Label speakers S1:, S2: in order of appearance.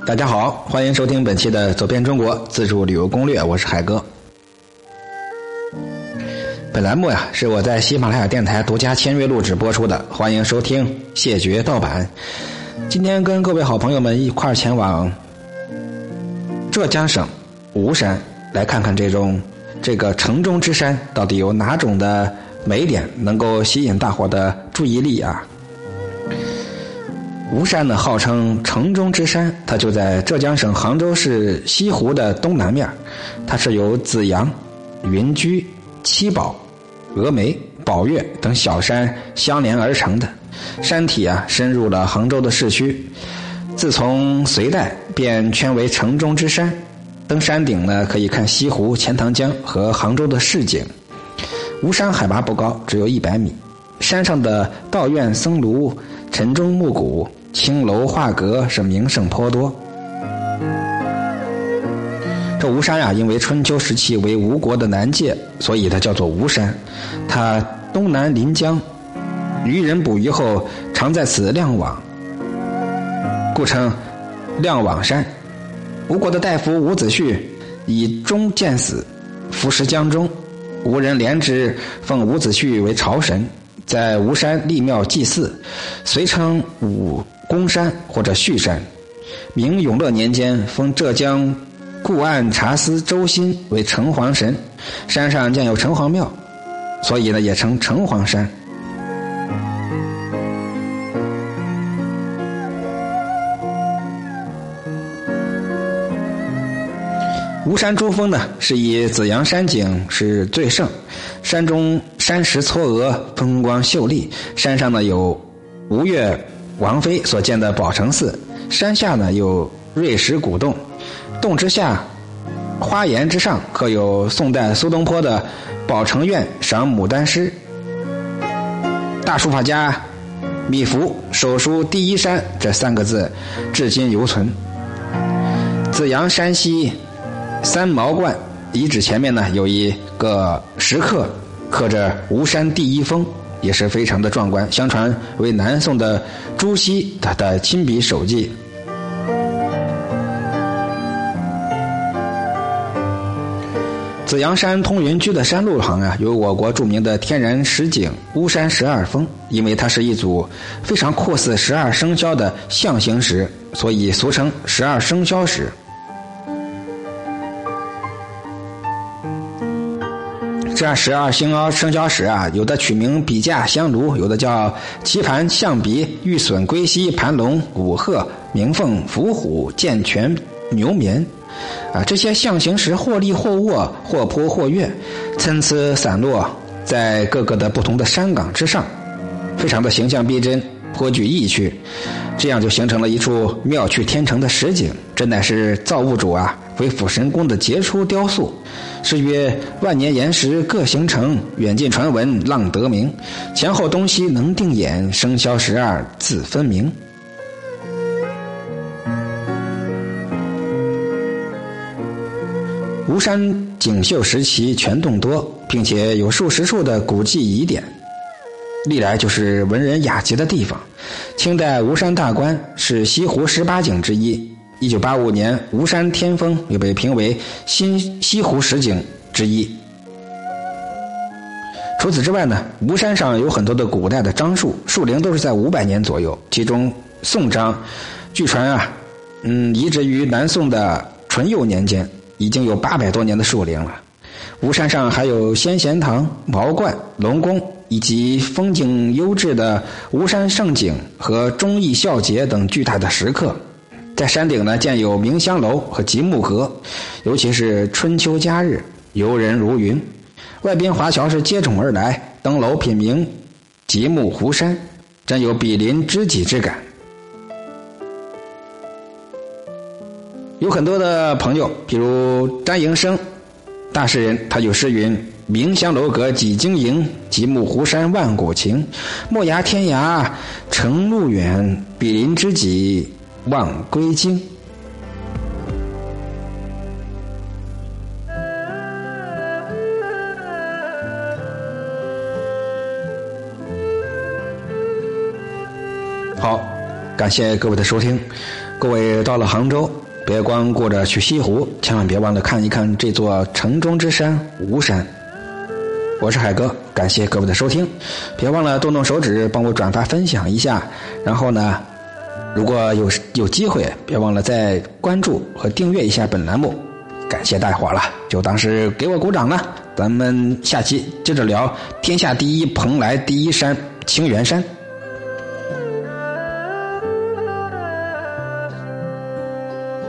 S1: 大家好，欢迎收听本期的走遍中国自助旅游攻略，我是海哥。本栏目是我在喜马拉雅电台独家签约录制播出的，欢迎收听，谢绝盗版。今天跟各位好朋友们一块前往浙江省吴山，来看看这个城中之山到底有哪种的美点能够吸引大伙的注意力啊。吴山呢，号称城中之山，它就在浙江省杭州市西湖的东南面，它是由紫阳、云居、七宝、峨眉、宝月等小山相连而成的。山体深入了杭州的市区，自从隋代便圈为城中之山。登山顶呢，可以看西湖、钱塘江和杭州的市景。吴山海拔不高，只有100米，山上的道院僧庐、晨钟暮鼓、青楼画阁是名胜颇多。这吴山因为春秋时期为吴国的南界，所以它叫做吴山。它东南临江，渔人捕鱼后常在此晾网，故称晾网山。吴国的大夫伍子胥以钟见死，服食江中，吴人怜之，奉伍子胥为朝神，在吴山立庙祭祀，遂称武公山或者胥山。明永乐年间，封浙江固岸察司周新为城隍神，山上建有城隍庙，所以也称城隍山。吴山珠峰呢，是以紫阳山景是最盛，山中山石嵯峨，风光秀丽。山上呢有吴越王妃所建的宝成寺，山下呢有瑞石古洞，洞之下花岩之上刻有宋代苏东坡的宝成院赏牡丹诗。大书法家米芾手书第一山这3个字至今犹存。紫阳山西三毛观遗址前面呢有一个石刻，刻着吴山第一峰，也是非常的壮观，相传为南宋的朱熹他的亲笔手迹。紫阳山通云居的山路旁有我国著名的天然石景巫山12峰，因为它是一组非常酷似12生肖的象形石，所以俗称12生肖石。这12生肖石有的取名笔架香炉，有的叫棋盘、象鼻、玉笋、龟犀、盘龙、五鹤、鸣凤、伏虎、剑泉、牛眠这些象形石或立或卧，或坡或跃，参差散落在各个的不同的山岗之上，非常的形象逼真，颇具意趣。这样就形成了一处妙趣天成的实景，真乃是造物主为辅神功的杰出雕塑。是曰万年岩石各形成，远近传闻浪得名，前后东西能定眼，生肖12自分明。吴山锦绣石奇，泉洞多，并且有数十处的古迹遗典，历来就是文人雅集的地方。清代吴山大观是西湖18景之一，1985年吴山天峰又被评为新西湖10景之一。除此之外呢，吴山上有很多的古代的樟树，树龄都是在500年左右，其中宋樟据传移植于南宋的淳佑年间，已经有800多年的树龄了。吴山上还有先贤堂、毛观、龙宫，以及风景优质的吴山胜景和忠义孝节等巨大的石刻。在山顶呢建有明香楼和极目阁，尤其是春秋佳日，游人如云。外边华侨是接踵而来，登楼品茗极目湖山，真有比邻知己之感。有很多的朋友，比如詹营生大诗人，他有诗云：明香楼阁几经营，极目湖山万古情。莫涯天涯程路远，比邻知己望归京。好，感谢各位的收听。 各位到了杭州，别光顾着去西湖，千万别忘了看一看这座城中之山吴山。我是海哥，感谢各位的收听，别忘了动动手指帮我转发分享一下，然后呢，如果有机会，别忘了再关注和订阅一下本栏目，感谢大伙了，就当是给我鼓掌了。咱们下期接着聊天下第一蓬莱第一山青原山。